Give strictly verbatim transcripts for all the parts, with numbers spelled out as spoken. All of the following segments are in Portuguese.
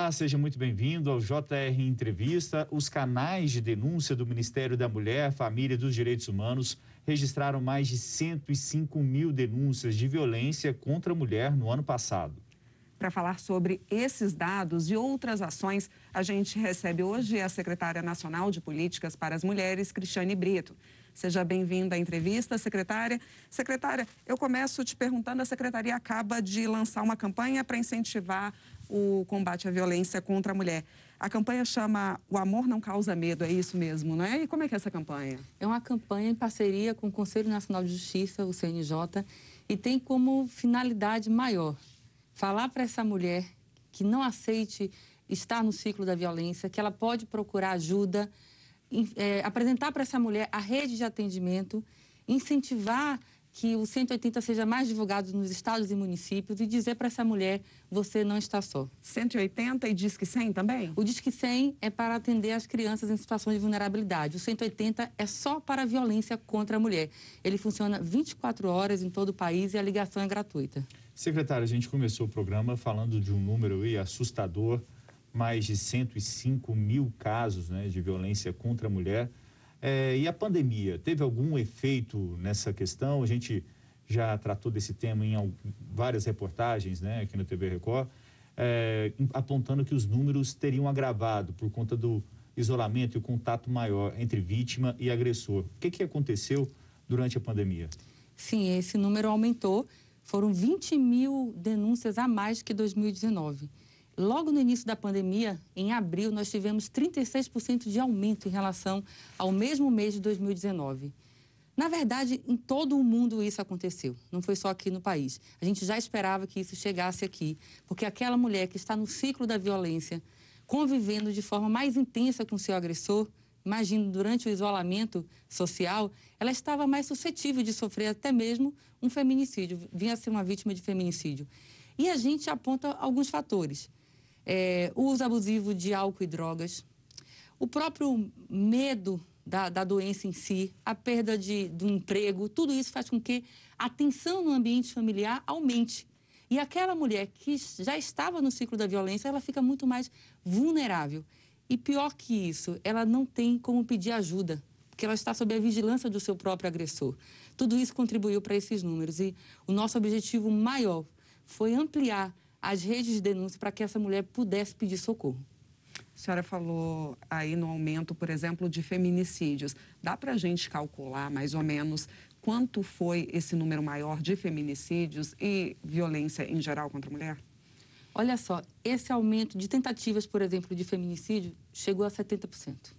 Olá, seja muito bem-vindo ao J R Entrevista. Os canais de denúncia do Ministério da Mulher, Família e dos Direitos Humanos registraram mais de cento e cinco mil denúncias de violência contra a mulher no ano passado. Para falar sobre esses dados e outras ações, a gente recebe hoje a secretária nacional de Políticas para as Mulheres, Cristiane Brito. Seja bem-vinda à entrevista, secretária. Secretária, eu começo te perguntando, a secretaria acaba de lançar uma campanha para incentivar o combate à violência contra a mulher. A campanha chama O Amor Não Causa Medo, é isso mesmo, não é? E como é que é essa campanha? É uma campanha em parceria com o Conselho Nacional de Justiça, o C N J, e tem como finalidade maior falar para essa mulher que não aceite estar no ciclo da violência, que ela pode procurar ajuda, é, apresentar para essa mulher a rede de atendimento, incentivar que o cento e oitenta seja mais divulgado nos estados e municípios e dizer para essa mulher, você não está só. cento e oitenta e Disque cem também? O Disque cem é para atender as crianças em situações de vulnerabilidade. O cento e oitenta é só para a violência contra a mulher. Ele funciona vinte e quatro horas em todo o país e a ligação é gratuita. Secretária, a gente começou o programa falando de um número aí assustador, mais de cento e cinco mil casos, né, de violência contra a mulher. É, e a pandemia, teve algum efeito nessa questão? A gente já tratou desse tema em algum, várias reportagens, né, aqui na T V Record, é, apontando que os números teriam agravado por conta do isolamento e o contato maior entre vítima e agressor. O que, que aconteceu durante a pandemia? Sim, esse número aumentou. Foram vinte mil denúncias a mais que dois mil e dezenove. Logo no início da pandemia, em abril, nós tivemos trinta e seis por cento de aumento em relação ao mesmo mês de dois mil e dezenove. Na verdade, em todo o mundo isso aconteceu, não foi só aqui no país. A gente já esperava que isso chegasse aqui, porque aquela mulher que está no ciclo da violência, convivendo de forma mais intensa com seu agressor, imagino, durante o isolamento social, ela estava mais suscetível de sofrer até mesmo um feminicídio, vinha a ser uma vítima de feminicídio. E a gente aponta alguns fatores. É, o uso abusivo de álcool e drogas, o próprio medo da, da doença em si, a perda de, do emprego, tudo isso faz com que a tensão no ambiente familiar aumente. E aquela mulher que já estava no ciclo da violência, ela fica muito mais vulnerável. E pior que isso, ela não tem como pedir ajuda, porque ela está sob a vigilância do seu próprio agressor. Tudo isso contribuiu para esses números e o nosso objetivo maior foi ampliar as redes de denúncia para que essa mulher pudesse pedir socorro. A senhora falou aí no aumento, por exemplo, de feminicídios. Dá para a gente calcular mais ou menos quanto foi esse número maior de feminicídios e violência em geral contra a mulher? Olha só, esse aumento de tentativas, por exemplo, de feminicídio chegou a setenta por cento.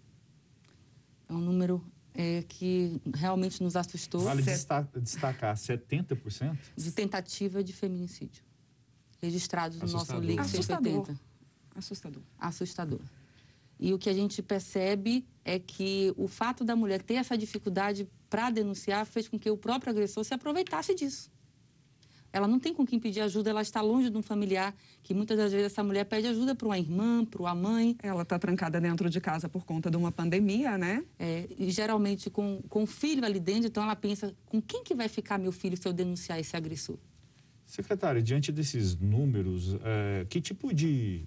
É um número é, que realmente nos assustou. Vale destacar, setenta por cento? De tentativa de feminicídio registrados no nosso Assustador. Lei cento e oitenta. Assustador. Assustador. E o que a gente percebe é que o fato da mulher ter essa dificuldade para denunciar fez com que o próprio agressor se aproveitasse disso. Ela não tem com quem pedir ajuda, ela está longe de um familiar, que muitas das vezes essa mulher pede ajuda para uma irmã, para uma mãe. Ela está trancada dentro de casa por conta de uma pandemia, né? É, e geralmente com, com o filho ali dentro, então ela pensa, com quem que vai ficar meu filho se eu denunciar esse agressor? Secretária, diante desses números, é, que tipo de,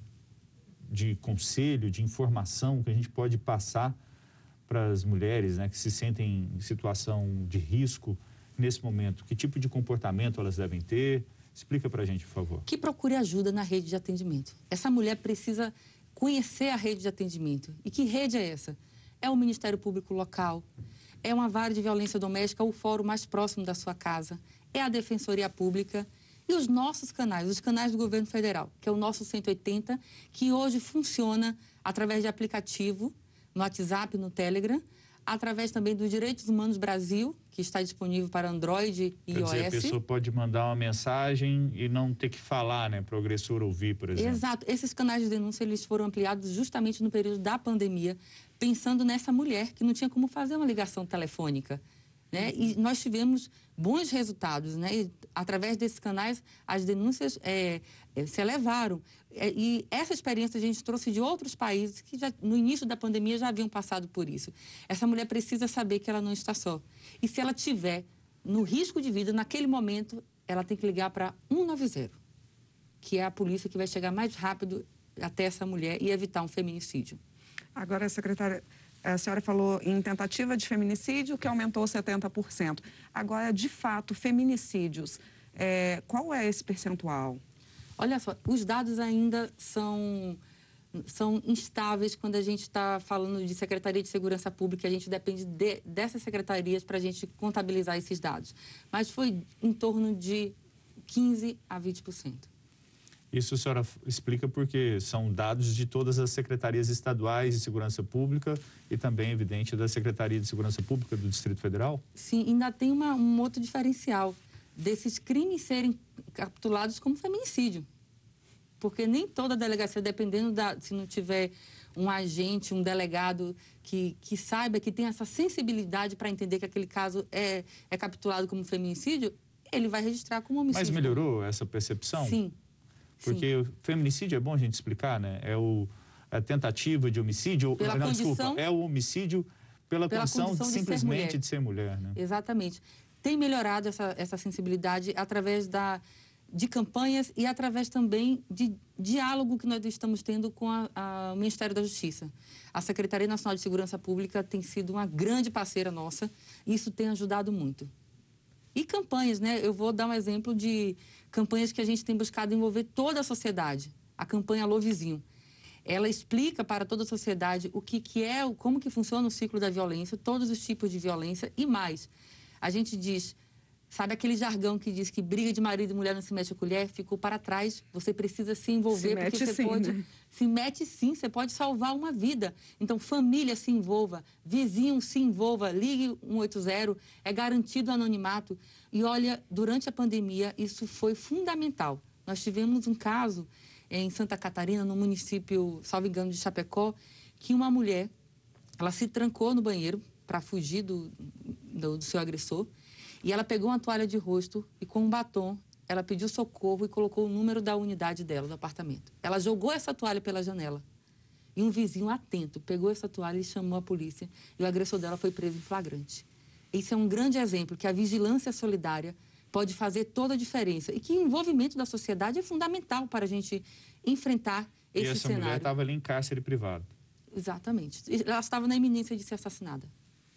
de conselho, de informação que a gente pode passar para as mulheres, né, que se sentem em situação de risco nesse momento? Que tipo de comportamento elas devem ter? Explica para a gente, por favor. Que procure ajuda na rede de atendimento. Essa mulher precisa conhecer a rede de atendimento. E que rede é essa? É o Ministério Público local, é uma vara de violência doméstica, o fórum mais próximo da sua casa, é a Defensoria Pública e os nossos canais, os canais do governo federal, que é o nosso cento e oitenta, que hoje funciona através de aplicativo, no WhatsApp, no Telegram, através também do Direitos Humanos Brasil, que está disponível para Android e Quer iOS. dizer, a pessoa pode mandar uma mensagem e não ter que falar, né, para o agressor ouvir, por exemplo. Exato. Esses canais de denúncia, eles foram ampliados justamente no período da pandemia, pensando nessa mulher que não tinha como fazer uma ligação telefônica, né? E nós tivemos bons resultados, né? E, através desses canais, as denúncias é, é, se elevaram. É, e essa experiência a gente trouxe de outros países que já, no início da pandemia já haviam passado por isso. Essa mulher precisa saber que ela não está só. E se ela tiver no risco de vida, naquele momento, ela tem que ligar para cento e noventa, que é a polícia que vai chegar mais rápido até essa mulher e evitar um feminicídio. Agora, secretária, a senhora falou em tentativa de feminicídio que aumentou setenta por cento. Agora, de fato, feminicídios, é, qual é esse percentual? Olha só, os dados ainda são, são instáveis quando a gente está falando de Secretaria de Segurança Pública. A gente depende de, dessas secretarias para a gente contabilizar esses dados. Mas foi em torno de quinze a vinte por cento. Isso a senhora explica porque são dados de todas as secretarias estaduais de segurança pública e também, evidente, da Secretaria de Segurança Pública do Distrito Federal? Sim, ainda tem uma, um outro diferencial desses crimes serem capitulados como feminicídio. Porque nem toda delegacia, dependendo da, se não tiver um agente, um delegado que, que saiba, que tem essa sensibilidade para entender que aquele caso é, é capitulado como feminicídio, ele vai registrar como homicídio. Mas melhorou essa percepção? Sim. Porque o feminicídio, é bom a gente explicar, né? É o, a tentativa de homicídio... Pela não, condição, desculpa, é o homicídio pela, pela condição, condição de simplesmente ser de ser mulher, né? Exatamente. Tem melhorado essa, essa sensibilidade através da, de campanhas e através também de diálogo que nós estamos tendo com a, a, o Ministério da Justiça. A Secretaria Nacional de Segurança Pública tem sido uma grande parceira nossa e isso tem ajudado muito. E campanhas, né? Eu vou dar um exemplo de campanhas que a gente tem buscado envolver toda a sociedade. A campanha Alô Vizinho. Ela explica para toda a sociedade o que, que é, como que funciona o ciclo da violência, todos os tipos de violência e mais. A gente diz, sabe aquele jargão que diz que briga de marido e mulher não se mete a colher? Ficou para trás, você precisa se envolver, se porque mete você sim, pode... Né? Se mete sim, você pode salvar uma vida. Então, família se envolva, vizinho se envolva, ligue um oito zero, é garantido o anonimato. E olha, durante a pandemia, isso foi fundamental. Nós tivemos um caso em Santa Catarina, no município, salvo engano, de Chapecó, que uma mulher, ela se trancou no banheiro para fugir do, do, do seu agressor, e ela pegou uma toalha de rosto e com um batom, ela pediu socorro e colocou o número da unidade dela, do apartamento. Ela jogou essa toalha pela janela. E um vizinho atento pegou essa toalha e chamou a polícia. E o agressor dela foi preso em flagrante. Esse é um grande exemplo que a vigilância solidária pode fazer toda a diferença. E que o envolvimento da sociedade é fundamental para a gente enfrentar esse cenário. E essa cenário. mulher estava ali em cárcere privado. Exatamente. Ela estava na iminência de ser assassinada.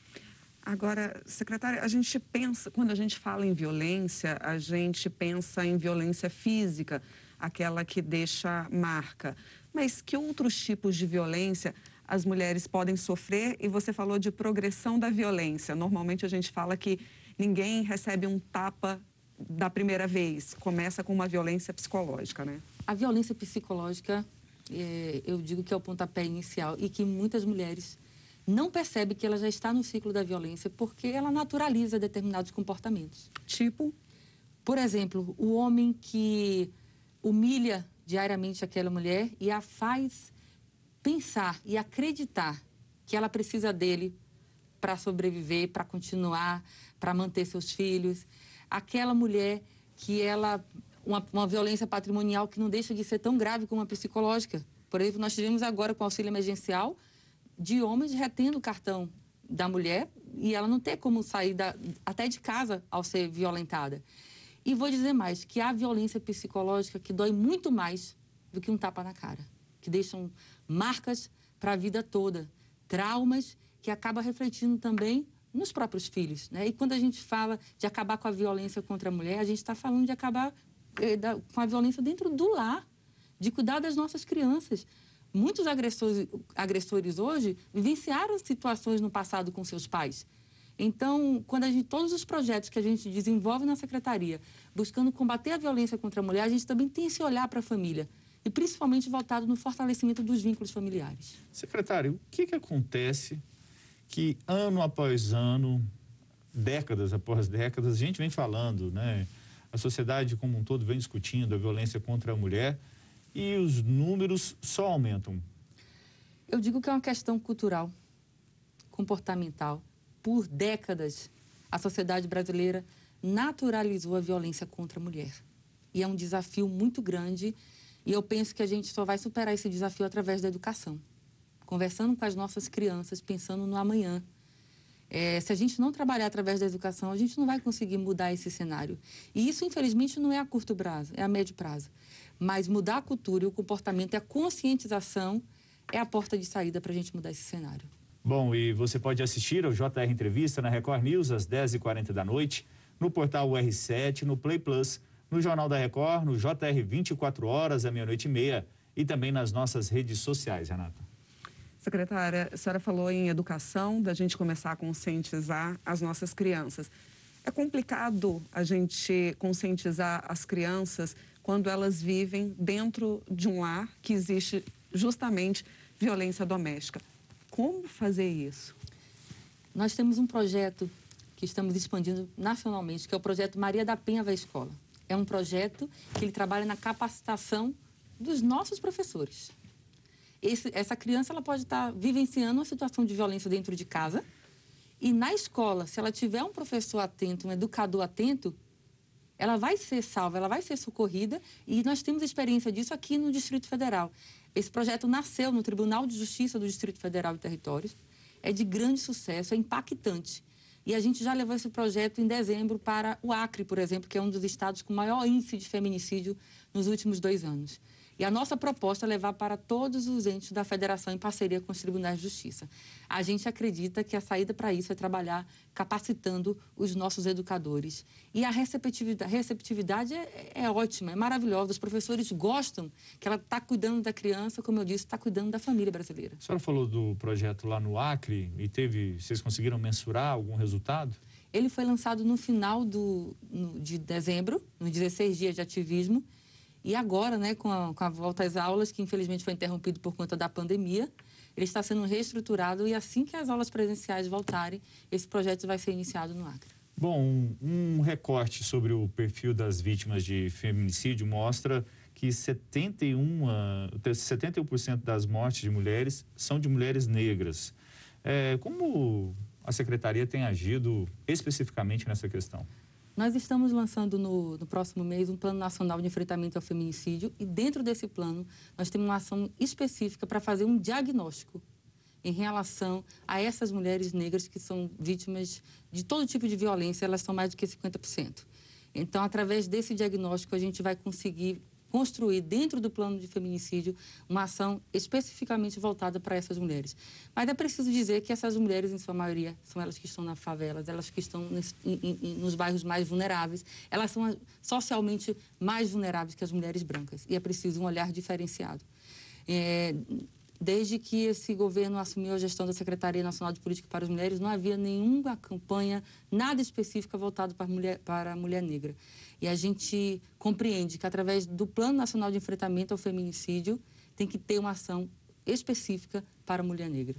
Agora, secretária, a gente pensa, quando a gente fala em violência, a gente pensa em violência física, aquela que deixa marca. Mas que outros tipos de violência as mulheres podem sofrer? E você falou de progressão da violência. Normalmente a gente fala que ninguém recebe um tapa da primeira vez. Começa com uma violência psicológica, né? A violência psicológica, é, eu digo que é o pontapé inicial e que muitas mulheres não percebe que ela já está no ciclo da violência porque ela naturaliza determinados comportamentos. Tipo? Por exemplo, o homem que humilha diariamente aquela mulher e a faz pensar e acreditar que ela precisa dele para sobreviver, para continuar, para manter seus filhos. Aquela mulher que ela... Uma, uma violência patrimonial que não deixa de ser tão grave como a psicológica. Por exemplo, nós tivemos agora com o auxílio emergencial de homens retendo o cartão da mulher e ela não ter como sair da, até de casa ao ser violentada. E vou dizer mais, que há violência psicológica que dói muito mais do que um tapa na cara, que deixam marcas para a vida toda, traumas que acabam refletindo também nos próprios filhos, né? E quando a gente fala de acabar com a violência contra a mulher, a gente está falando de acabar eh, da, com a violência dentro do lar, de cuidar das nossas crianças. Muitos agressores, agressores hoje vivenciaram situações no passado com seus pais. Então, quando a gente, todos os projetos que a gente desenvolve na Secretaria, buscando combater a violência contra a mulher, a gente também tem esse olhar para a família. E principalmente voltado no fortalecimento dos vínculos familiares. Secretário, o que, que acontece que ano após ano, décadas após décadas, a gente vem falando, né? A sociedade como um todo vem discutindo a violência contra a mulher, e os números só aumentam? Eu digo que é uma questão cultural, comportamental. Por décadas, a sociedade brasileira naturalizou a violência contra a mulher. E é um desafio muito grande, e eu penso que a gente só vai superar esse desafio através da educação. Conversando com as nossas crianças, pensando no amanhã. É, se a gente não trabalhar através da educação, a gente não vai conseguir mudar esse cenário. E isso, infelizmente, não é a curto prazo, é a médio prazo. Mas mudar a cultura e o comportamento e a conscientização é a porta de saída para a gente mudar esse cenário. Bom, e você pode assistir ao J R Entrevista na Record News às dez e quarenta da noite, no portal U R sete, no Play Plus, no Jornal da Record, no J R vinte e quatro horas, à meia-noite e meia, e também nas nossas redes sociais, Renata. Secretária, a senhora falou em educação, da gente começar a conscientizar as nossas crianças. É complicado a gente conscientizar as crianças quando elas vivem dentro de um lar que existe justamente violência doméstica. Como fazer isso? Nós temos um projeto que estamos expandindo nacionalmente, que é o projeto Maria da Penha Vai à Escola. É um projeto que ele trabalha na capacitação dos nossos professores. Esse, essa criança ela pode estar vivenciando uma situação de violência dentro de casa e na escola, se ela tiver um professor atento, um educador atento, ela vai ser salva, ela vai ser socorrida e nós temos experiência disso aqui no Distrito Federal. Esse projeto nasceu no Tribunal de Justiça do Distrito Federal e Territórios, é de grande sucesso, é impactante. E a gente já levou esse projeto em dezembro para o Acre, por exemplo, que é um dos estados com maior índice de feminicídio nos últimos dois anos. E a nossa proposta é levar para todos os entes da federação em parceria com os tribunais de justiça. A gente acredita que a saída para isso é trabalhar capacitando os nossos educadores. E a receptividade, receptividade é, é ótima, é maravilhosa. Os professores gostam que ela está cuidando da criança, como eu disse, está cuidando da família brasileira. A senhora falou do projeto lá no Acre e teve, vocês conseguiram mensurar algum resultado? Ele foi lançado no final do, no, de dezembro, nos dezesseis dias de ativismo. E agora, né, com a, com a volta às aulas, que infelizmente foi interrompido por conta da pandemia, ele está sendo reestruturado e assim que as aulas presenciais voltarem, esse projeto vai ser iniciado no Acre. Bom, um, um recorte sobre o perfil das vítimas de feminicídio mostra que setenta e um por cento das mortes de mulheres são de mulheres negras. É, como a Secretaria tem agido especificamente nessa questão? Nós estamos lançando no, no próximo mês um Plano Nacional de Enfrentamento ao Feminicídio e dentro desse plano nós temos uma ação específica para fazer um diagnóstico em relação a essas mulheres negras que são vítimas de todo tipo de violência, elas são mais do que cinquenta por cento. Então, através desse diagnóstico, a gente vai conseguir construir dentro do plano de feminicídio uma ação especificamente voltada para essas mulheres. Mas é preciso dizer que essas mulheres, em sua maioria, são elas que estão nas favelas, elas que estão nesse, em, em, nos bairros mais vulneráveis, elas são socialmente mais vulneráveis que as mulheres brancas e é preciso um olhar diferenciado. É, desde que esse governo assumiu a gestão da Secretaria Nacional de Política para as Mulheres, não havia nenhuma campanha, nada específica voltado para a mulher, para a mulher negra. E a gente compreende que, através do Plano Nacional de Enfrentamento ao Feminicídio, tem que ter uma ação específica para a mulher negra.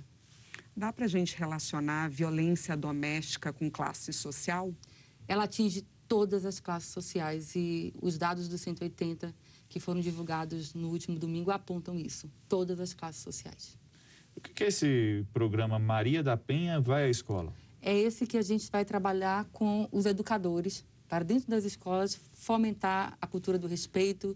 Dá para a gente relacionar a violência doméstica com classe social? Ela atinge todas as classes sociais e os dados do cento e oitenta que foram divulgados no último domingo apontam isso, todas as classes sociais. O que é esse programa Maria da Penha Vai à Escola? É esse que a gente vai trabalhar com os educadores, para dentro das escolas fomentar a cultura do respeito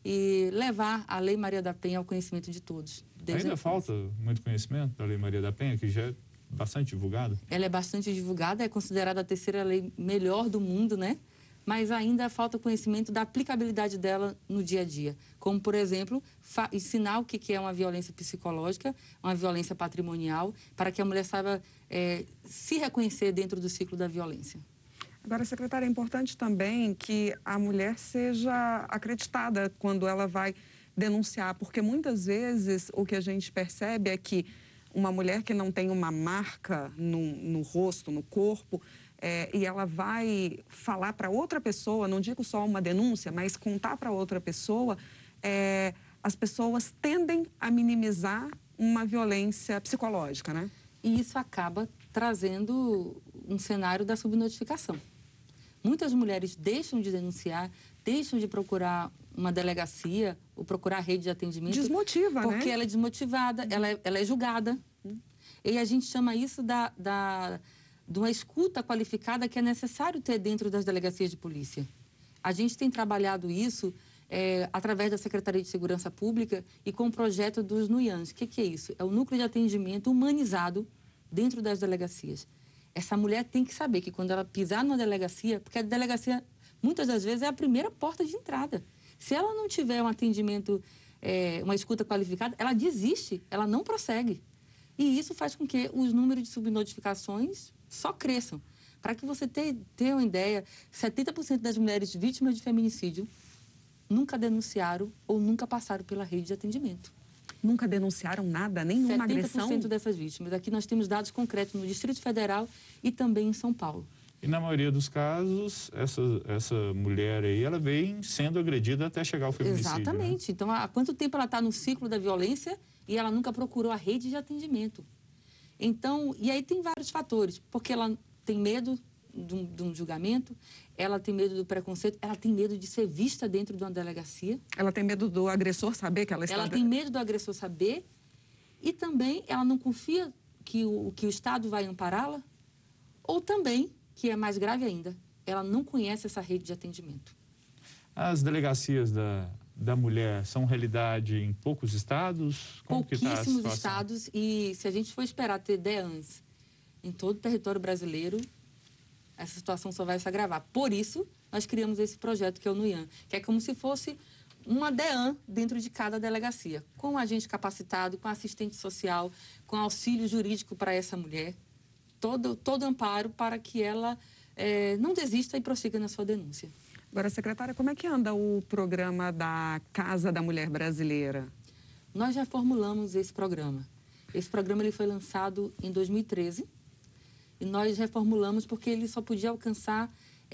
e levar a Lei Maria da Penha ao conhecimento de todos. Ainda falta muito conhecimento da Lei Maria da Penha, que já é bastante divulgada? Ela é bastante divulgada, é considerada a terceira lei melhor do mundo, né? Mas ainda falta conhecimento da aplicabilidade dela no dia a dia. Como, por exemplo, ensinar o que é uma violência psicológica, uma violência patrimonial, para que a mulher saiba é, se reconhecer dentro do ciclo da violência. Agora, secretária, é importante também que a mulher seja acreditada quando ela vai denunciar, porque muitas vezes o que a gente percebe é que uma mulher que não tem uma marca no, no rosto, no corpo, é, e ela vai falar para outra pessoa, não digo só uma denúncia, mas contar para outra pessoa, é, as pessoas tendem a minimizar uma violência psicológica, né? E isso acaba trazendo um cenário da subnotificação. Muitas mulheres deixam de denunciar, deixam de procurar uma delegacia ou procurar a rede de atendimento. Desmotiva, porque né? Porque ela é desmotivada, ela é, ela é julgada. Hum. E a gente chama isso da, da, de uma escuta qualificada que é necessário ter dentro das delegacias de polícia. A gente tem trabalhado isso é, através da Secretaria de Segurança Pública e com o projeto dos NUIANs. O que, que é isso? É o Núcleo de Atendimento Humanizado dentro das delegacias. Essa mulher tem que saber que quando ela pisar numa delegacia, porque a delegacia, muitas das vezes, é a primeira porta de entrada. Se ela não tiver um atendimento, é, uma escuta qualificada, ela desiste, ela não prossegue. E isso faz com que os números de subnotificações só cresçam. Para que você tenha, tenha uma ideia, setenta por cento das mulheres vítimas de feminicídio nunca denunciaram ou nunca passaram pela rede de atendimento. Nunca denunciaram nada, nenhuma agressão? setenta por cento dessas vítimas. Aqui nós temos dados concretos no Distrito Federal e também em São Paulo. E na maioria dos casos, essa, essa mulher aí, ela vem sendo agredida até chegar ao feminicídio. Exatamente. Né? Então, há quanto tempo ela está no ciclo da violência e ela nunca procurou a rede de atendimento? Então, e aí tem vários fatores, porque ela tem medo de um, de um julgamento, ela tem medo do preconceito, ela tem medo de ser vista dentro de uma delegacia. Ela tem medo do agressor saber que ela está... Ela tem medo do agressor saber e também ela não confia que o, que o Estado vai ampará-la, ou também, que é mais grave ainda, ela não conhece essa rede de atendimento. As delegacias da, da mulher são realidade em poucos estados? Como Pouquíssimos que tá a estados, e se a gente for esperar ter DEANs em todo o território brasileiro, essa situação só vai se agravar. Por isso, nós criamos esse projeto que é o NUIAN, que é como se fosse uma DEAN dentro de cada delegacia, com agente capacitado, com assistente social, com auxílio jurídico para essa mulher, todo, todo amparo para que ela é, não desista e prossiga na sua denúncia. Agora, secretária, como é que anda o programa da Casa da Mulher Brasileira? Nós já formulamos esse programa. Esse programa ele foi lançado em dois mil e treze e nós reformulamos porque ele só podia alcançar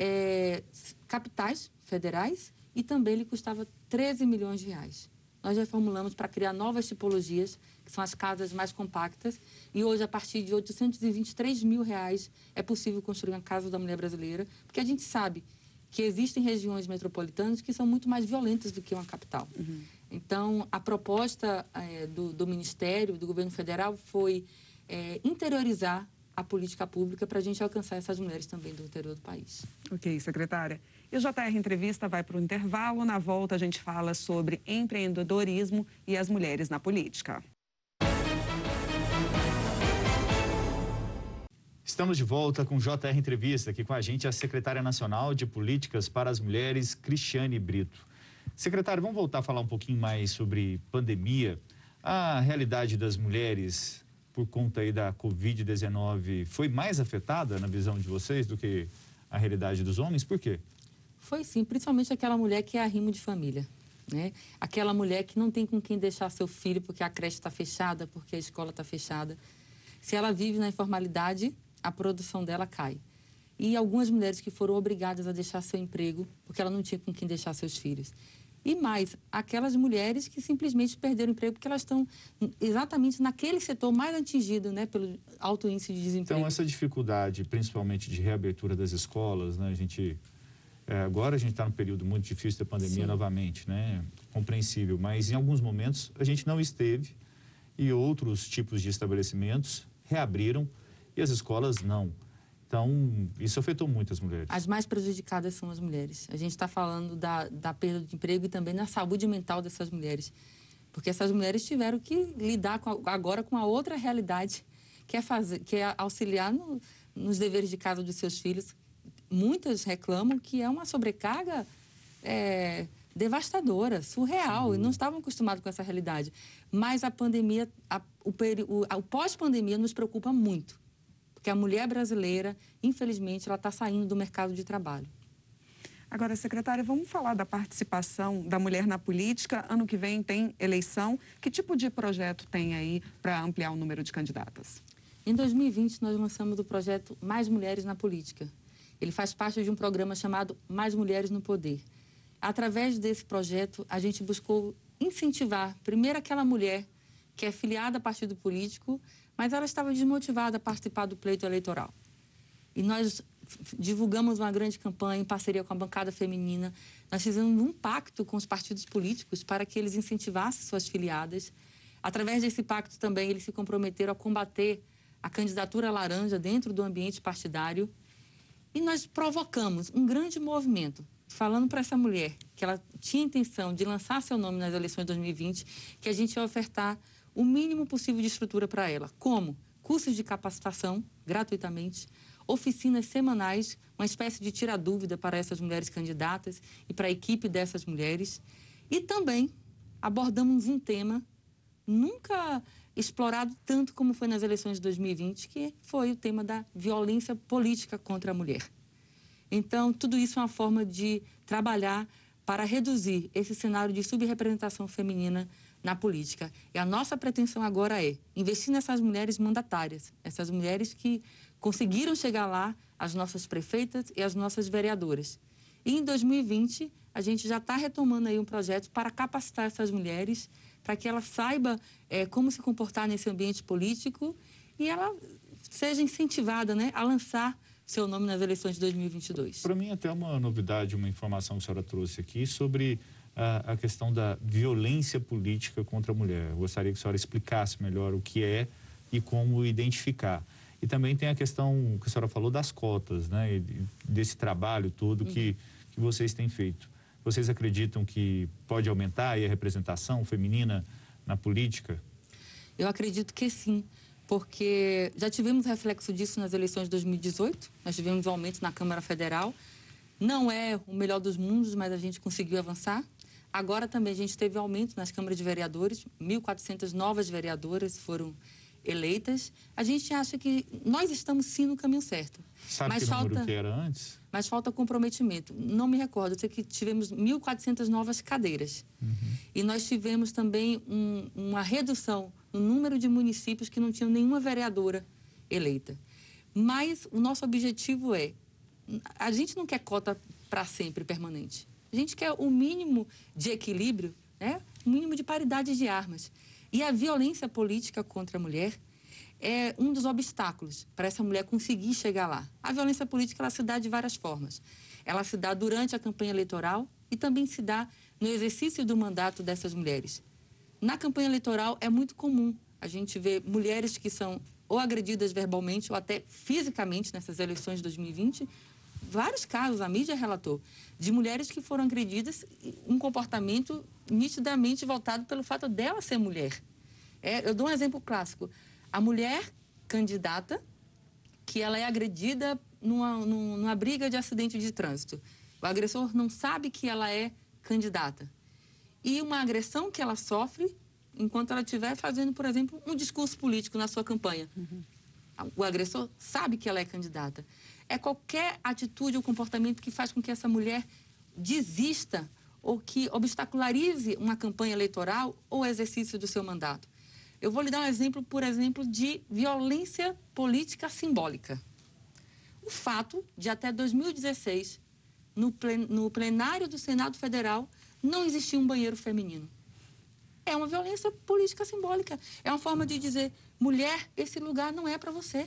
é, capitais federais e também ele custava treze milhões de reais. Nós reformulamos para criar novas tipologias, que são as casas mais compactas, e hoje, a partir de oitocentos e vinte e três mil reais, é possível construir uma Casa da Mulher Brasileira, porque a gente sabe que existem regiões metropolitanas que são muito mais violentas do que uma capital. Uhum. Então, a proposta é, do, do Ministério, do Governo Federal, foi é, interiorizar a política pública para a gente alcançar essas mulheres também do interior do país. Ok, secretária. E o J R Entrevista vai para o intervalo. Na volta, a gente fala sobre empreendedorismo e as mulheres na política. Estamos de volta com o J R Entrevista, aqui com a gente a secretária nacional de Políticas para as Mulheres, Cristiane Brito. Secretária, vamos voltar a falar um pouquinho mais sobre pandemia. A realidade das mulheres, por conta aí da covid dezenove, foi mais afetada na visão de vocês do que a realidade dos homens? Por quê? Foi sim, principalmente aquela mulher que é arrimo de família, né? Aquela mulher que não tem com quem deixar seu filho porque a creche está fechada, porque a escola está fechada. Se ela vive na informalidade, a produção dela cai. E algumas mulheres que foram obrigadas a deixar seu emprego porque ela não tinha com quem deixar seus filhos. E mais, aquelas mulheres que simplesmente perderam o emprego porque elas estão exatamente naquele setor mais atingido, né, pelo alto índice de desemprego. Então, essa dificuldade, principalmente de reabertura das escolas, né, a gente... É, agora a gente está num período muito difícil da pandemia. Sim. Novamente, né? Compreensível, mas em alguns momentos a gente não esteve e outros tipos de estabelecimentos reabriram e as escolas não. Então, isso afetou muitas mulheres. As mais prejudicadas são as mulheres. A gente está falando da, da perda de emprego e também da saúde mental dessas mulheres. Porque essas mulheres tiveram que lidar com a, agora com a outra realidade, que é, fazer, que é auxiliar no, nos deveres de casa dos seus filhos. Muitas reclamam que é uma sobrecarga é, devastadora, surreal, Sim. e não estavam acostumados com essa realidade. Mas a pandemia, a, o, o, o pós-pandemia nos preocupa muito, porque a mulher brasileira, infelizmente, ela está saindo do mercado de trabalho. Agora, secretária, vamos falar da participação da mulher na política. Ano que vem tem eleição. Que tipo de projeto tem aí para ampliar o número de candidatas? Em dois mil e vinte, nós lançamos o projeto Mais Mulheres na Política. Ele faz parte de um programa chamado Mais Mulheres no Poder. Através desse projeto, a gente buscou incentivar, primeiro, aquela mulher que é filiada a partido político, mas ela estava desmotivada a participar do pleito eleitoral. E nós divulgamos uma grande campanha em parceria com a bancada feminina. Nós fizemos um pacto com os partidos políticos para que eles incentivassem suas filiadas. Através desse pacto também, eles se comprometeram a combater a candidatura laranja dentro do ambiente partidário. E nós provocamos um grande movimento, falando para essa mulher que ela tinha intenção de lançar seu nome nas eleições de dois mil e vinte, que a gente ia ofertar o mínimo possível de estrutura para ela. Como? Cursos de capacitação, gratuitamente, oficinas semanais, uma espécie de tira-dúvida para essas mulheres candidatas e para a equipe dessas mulheres. E também abordamos um tema nunca explorado tanto como foi nas eleições de dois mil e vinte, que foi o tema da violência política contra a mulher. Então, tudo isso é uma forma de trabalhar para reduzir esse cenário de subrepresentação feminina na política. E a nossa pretensão agora é investir nessas mulheres mandatárias, essas mulheres que conseguiram chegar lá, as nossas prefeitas e as nossas vereadoras. E em dois mil e vinte, a gente já está retomando aí um projeto para capacitar essas mulheres, para que ela saiba é, como se comportar nesse ambiente político e ela seja incentivada, né, a lançar seu nome nas eleições de dois mil e vinte e dois. Para mim, até uma novidade, uma informação que a senhora trouxe aqui sobre a, a questão da violência política contra a mulher. Eu gostaria que a senhora explicasse melhor o que é e como identificar. E também tem a questão que a senhora falou das cotas, né, e desse trabalho todo que, uhum. que vocês têm feito. Vocês acreditam que pode aumentar aí a representação feminina na política? Eu acredito que sim, porque já tivemos reflexo disso nas eleições de dois mil e dezoito, nós tivemos um aumento na Câmara Federal. Não é o melhor dos mundos, mas a gente conseguiu avançar. Agora também a gente teve aumento nas câmaras de vereadores, mil e quatrocentas novas vereadoras foram eleitas. A gente acha que nós estamos sim no caminho certo. Sabe mas que falta, número que era antes? Mas falta comprometimento. Não me recordo, eu sei que tivemos mil e quatrocentas novas cadeiras. Uhum. E nós tivemos também um, uma redução no número de municípios que não tinham nenhuma vereadora eleita. Mas o nosso objetivo é, a gente não quer cota para sempre, permanente. A gente quer o mínimo de equilíbrio, né? O mínimo de paridade de armas. E a violência política contra a mulher é um dos obstáculos para essa mulher conseguir chegar lá. A violência política ela se dá de várias formas. Ela se dá durante a campanha eleitoral e também se dá no exercício do mandato dessas mulheres. Na campanha eleitoral é muito comum a gente ver mulheres que são ou agredidas verbalmente ou até fisicamente nessas eleições de dois mil e vinte. Vários casos, a mídia relatou, de mulheres que foram agredidas, um comportamento nitidamente voltado pelo fato dela ser mulher. É, eu dou um exemplo clássico. A mulher candidata, que ela é agredida numa, numa briga de acidente de trânsito. O agressor não sabe que ela é candidata. E uma agressão que ela sofre enquanto ela estiver fazendo, por exemplo, um discurso político na sua campanha. Uhum. O agressor sabe que ela é candidata. É qualquer atitude ou comportamento que faz com que essa mulher desista ou que obstacularize uma campanha eleitoral ou o exercício do seu mandato. Eu vou lhe dar um exemplo, por exemplo, de violência política simbólica. O fato de até dois mil e dezesseis, no, plen, no plenário do Senado Federal, não existir um banheiro feminino. É uma violência política simbólica. É uma forma de dizer, mulher, esse lugar não é para você.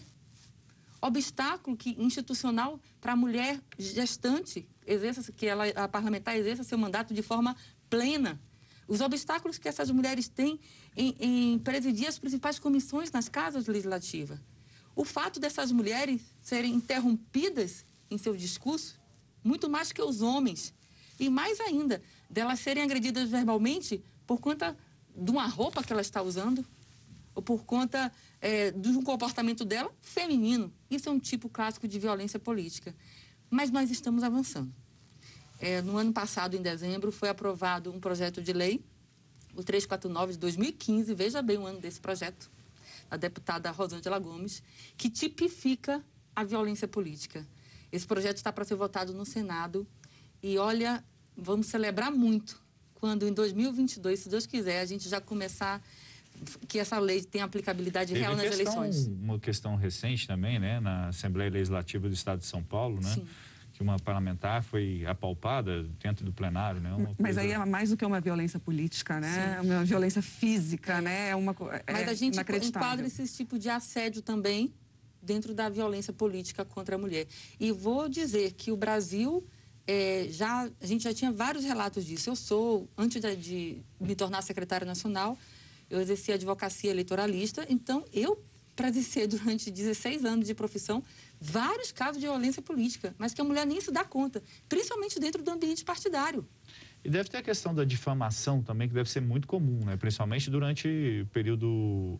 Obstáculo que, institucional para a mulher gestante, exerça, que ela, a parlamentar exerça seu mandato de forma plena. Os obstáculos que essas mulheres têm em, em presidir as principais comissões nas casas legislativas. O fato dessas mulheres serem interrompidas em seu discurso, muito mais que os homens. E mais ainda, delas serem agredidas verbalmente por conta de uma roupa que ela está usando, ou por conta é, de um comportamento dela feminino. Isso é um tipo clássico de violência política. Mas nós estamos avançando. É, no ano passado, em dezembro, foi aprovado um projeto de lei, o trezentos e quarenta e nove de dois mil e quinze, veja bem o ano desse projeto, da deputada Rosângela Gomes, que tipifica a violência política. Esse projeto está para ser votado no Senado e, olha, vamos celebrar muito quando em dois mil e vinte e dois, se Deus quiser, a gente já começar que essa lei tenha aplicabilidade Teve real nas questão, eleições. Uma questão recente também, né, na Assembleia Legislativa do Estado de São Paulo, né? Sim. Que uma parlamentar foi apalpada dentro do plenário, né? Uma Mas coisa... aí é mais do que uma violência política, né? Sim. Uma violência física, né? É uma é Mas a gente enquadra esse tipo de assédio também dentro da violência política contra a mulher. E vou dizer que o Brasil é, já a gente já tinha vários relatos disso. Eu sou antes de, de me tornar secretária nacional, eu exerci advocacia eleitoralista, então eu presenciei durante dezesseis anos de profissão vários casos de violência política, mas que a mulher nem se dá conta, principalmente dentro do ambiente partidário. E deve ter a questão da difamação também, que deve ser muito comum, né? Principalmente durante o período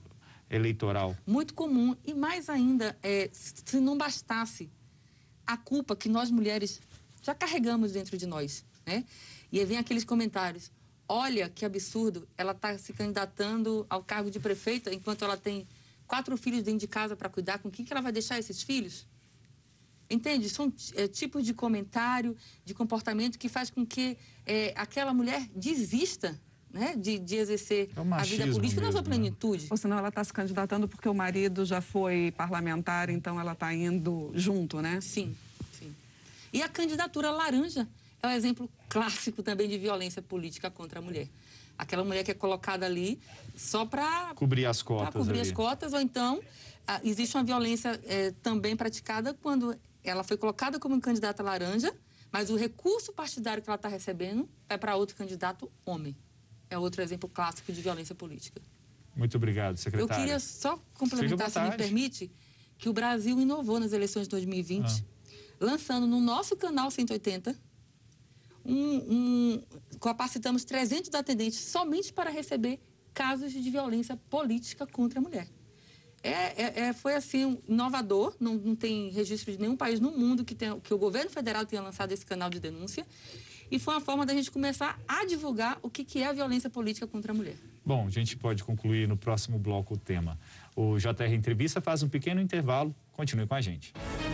eleitoral. Muito comum. E mais ainda, é, se não bastasse a culpa que nós mulheres já carregamos dentro de nós, né? E aí vem aqueles comentários: olha que absurdo, ela está se candidatando ao cargo de prefeita enquanto ela tem quatro filhos dentro de casa para cuidar. Com quem que ela vai deixar esses filhos? Entende? São é, tipos de comentário, de comportamento que faz com que é, aquela mulher desista, né, de, de exercer é a vida política na sua plenitude. Né? Ou senão ela está se candidatando porque o marido já foi parlamentar, então ela está indo junto, né? Sim, sim. E a candidatura laranja é um exemplo clássico também de violência política contra a mulher. Aquela mulher que é colocada ali só para cobrir as cotas. Para cobrir ali. as cotas, ou então ah, existe uma violência é, também praticada quando ela foi colocada como candidata laranja, mas o recurso partidário que ela está recebendo é para outro candidato homem. É outro exemplo clássico de violência política. Muito obrigado, secretária. Eu queria só complementar, se me permite, que o Brasil inovou nas eleições de dois mil e vinte, ah. lançando no nosso canal cento e oitenta, um, um, capacitamos trezentos atendentes somente para receber casos de violência política contra a mulher. É, é, é, foi assim, inovador, não, não tem registro de nenhum país no mundo que, tenha, que o governo federal tenha lançado esse canal de denúncia. E foi uma forma da gente começar a divulgar o que, que é a violência política contra a mulher. Bom, a gente pode concluir no próximo bloco o tema. O J R Entrevista faz um pequeno intervalo. Continue com a gente.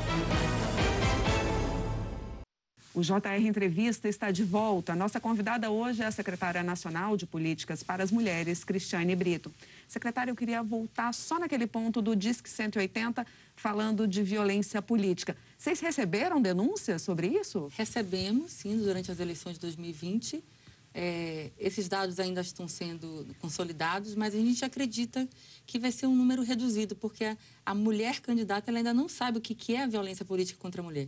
O J R Entrevista está de volta. Nossa convidada hoje é a secretária nacional de Políticas para as Mulheres, Cristiane Brito. Secretária, eu queria voltar só naquele ponto do Disque cento e oitenta, falando de violência política. Vocês receberam denúncias sobre isso? Recebemos, sim, durante as eleições de dois mil e vinte. É, esses dados ainda estão sendo consolidados, mas a gente acredita que vai ser um número reduzido, porque a, a mulher candidata ela ainda não sabe o que, que é a violência política contra a mulher.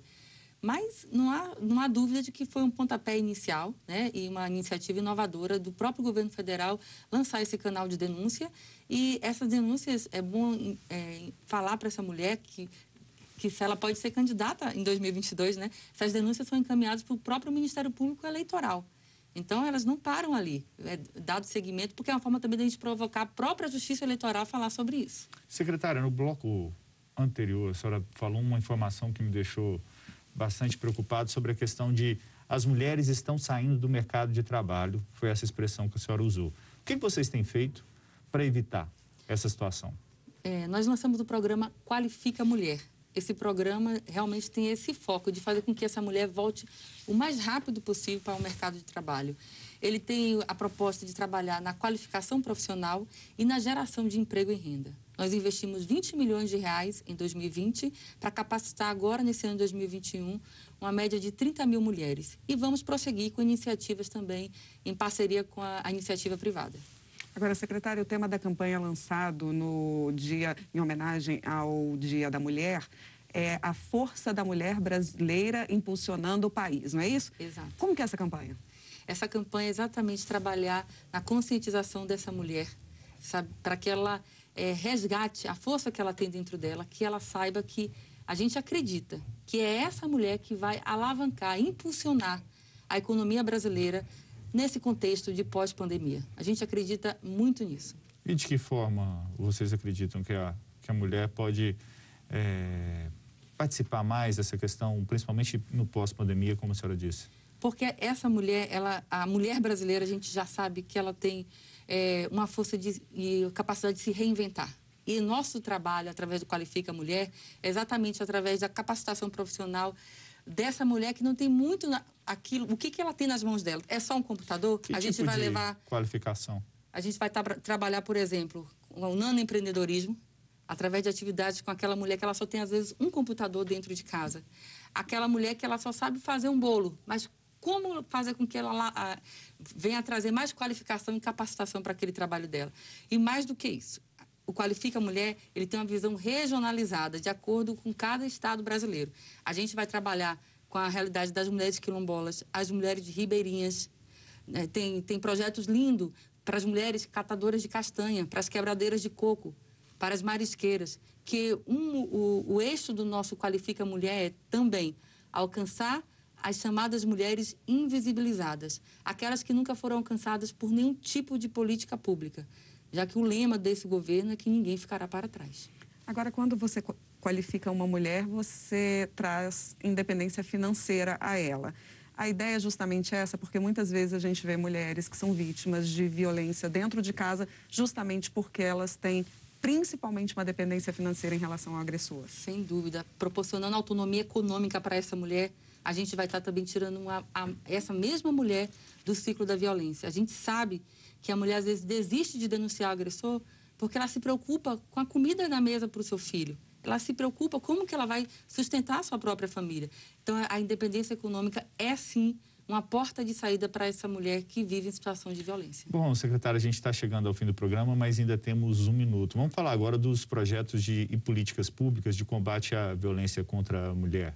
Mas não há, não há dúvida de que foi um pontapé inicial, né, e uma iniciativa inovadora do próprio governo federal lançar esse canal de denúncia. E essas denúncias, é bom é, falar para essa mulher que, que se ela pode ser candidata em dois mil e vinte e dois, né, essas denúncias são encaminhadas para o próprio Ministério Público Eleitoral. Então, elas não param ali, é dado seguimento, porque é uma forma também de a gente provocar a própria Justiça Eleitoral a falar sobre isso. Secretária, no bloco anterior, a senhora falou uma informação que me deixou bastante preocupado sobre a questão de as mulheres estão saindo do mercado de trabalho, foi essa expressão que a senhora usou. O que vocês têm feito para evitar essa situação? É, nós lançamos o programa Qualifica Mulher. Esse programa realmente tem esse foco de fazer com que essa mulher volte o mais rápido possível para o mercado de trabalho. Ele tem a proposta de trabalhar na qualificação profissional e na geração de emprego e renda. Nós investimos vinte milhões de reais em dois mil e vinte para capacitar agora, nesse ano de dois mil e vinte e um, uma média de trinta mil mulheres. E vamos prosseguir com iniciativas também em parceria com a, a iniciativa privada. Agora, secretário, o tema da campanha lançado no dia, em homenagem ao Dia da Mulher, é a força da mulher brasileira impulsionando o país, não é isso? Exato. Como que é essa campanha? Essa campanha é exatamente trabalhar na conscientização dessa mulher, sabe, para que ela é, resgate a força que ela tem dentro dela, que ela saiba que a gente acredita que é essa mulher que vai alavancar, impulsionar a economia brasileira nesse contexto de pós-pandemia. A gente acredita muito nisso. E de que forma vocês acreditam que a, que a mulher pode é, participar mais dessa questão, principalmente no pós-pandemia, como a senhora disse? Porque essa mulher, ela, a mulher brasileira, a gente já sabe que ela tem é, uma força de, e capacidade de se reinventar. E nosso trabalho, através do Qualifica Mulher, é exatamente através da capacitação profissional dessa mulher que não tem muito na, aquilo. O que, que ela tem nas mãos dela? É só um computador? Que a tipo gente vai de levar qualificação? A gente vai tra trabalhar, por exemplo, o nanoempreendedorismo, através de atividades com aquela mulher que ela só tem, às vezes, um computador dentro de casa. Aquela mulher que ela só sabe fazer um bolo, mas como fazer com que ela lá, a, venha trazer mais qualificação e capacitação para aquele trabalho dela. E mais do que isso, o Qualifica Mulher, ele tem uma visão regionalizada, de acordo com cada estado brasileiro. A gente vai trabalhar com a realidade das mulheres quilombolas, as mulheres ribeirinhas, né? tem, tem projetos lindos para as mulheres catadoras de castanha, para as quebradeiras de coco, para as marisqueiras, que um, o, o eixo do nosso Qualifica Mulher é também alcançar as chamadas mulheres invisibilizadas, aquelas que nunca foram alcançadas por nenhum tipo de política pública. já que o lema desse governo é que ninguém ficará para trás. Agora, quando você qualifica uma mulher, você traz independência financeira a ela. A ideia é justamente essa, porque muitas vezes a gente vê mulheres que são vítimas de violência dentro de casa, justamente porque elas têm principalmente uma dependência financeira em relação ao agressor. Sem dúvida. Proporcionando autonomia econômica para essa mulher, a gente vai estar também tirando uma, a, essa mesma mulher do ciclo da violência. A gente sabe que a mulher, às vezes, desiste de denunciar o agressor porque ela se preocupa com a comida na mesa para o seu filho. Ela se preocupa como que ela vai sustentar a sua própria família. Então, a independência econômica é, sim, uma porta de saída para essa mulher que vive em situação de violência. Bom, secretária, a gente está chegando ao fim do programa, mas ainda temos um minuto. Vamos falar agora dos projetos de, e políticas públicas de combate à violência contra a mulher.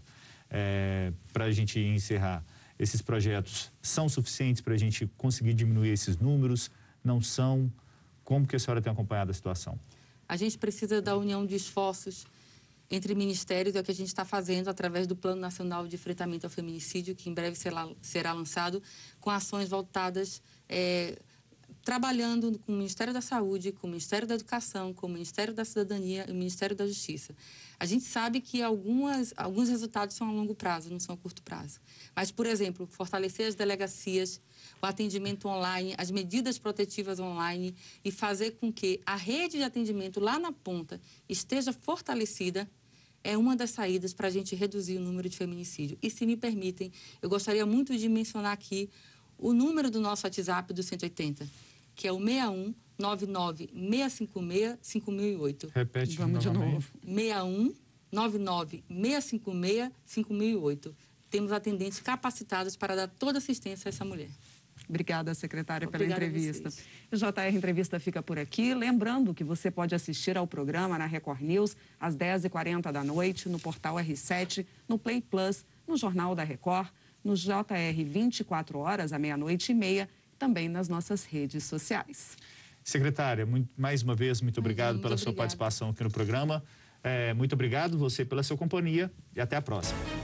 É, para a gente encerrar, esses projetos são suficientes para a gente conseguir diminuir esses números? Não são? Como que a senhora tem acompanhado a situação? A gente precisa da união de esforços entre ministérios, é o que a gente está fazendo através do Plano Nacional de Enfrentamento ao Feminicídio, que em breve será, será lançado, com ações voltadas, é, trabalhando com o Ministério da Saúde, com o Ministério da Educação, com o Ministério da Cidadania e o Ministério da Justiça. A gente sabe que algumas, alguns resultados são a longo prazo, não são a curto prazo. Mas, por exemplo, fortalecer as delegacias, o atendimento online, as medidas protetivas online e fazer com que a rede de atendimento lá na ponta esteja fortalecida é uma das saídas para a gente reduzir o número de feminicídio. E, se me permitem, eu gostaria muito de mencionar aqui o número do nosso WhatsApp do cento e oitenta, que é o seis um nove nove seis cinco seis cinco mil e oito. Repete Vamos de novo. seis um nove nove seis cinco seis cinco mil e oito. Temos atendentes capacitados para dar toda assistência a essa mulher. Obrigada, secretária, pela Obrigada entrevista. a O J R Entrevista fica por aqui. Lembrando que você pode assistir ao programa na Record News às dez e quarenta da noite, no portal R sete, no Play Plus, no Jornal da Record, no J R vinte e quatro horas, à meia-noite e meia, também nas nossas redes sociais. Secretária, muito, mais uma vez, muito obrigado muito pela obrigada. sua participação aqui no programa. É, muito obrigado você pela sua companhia e até a próxima.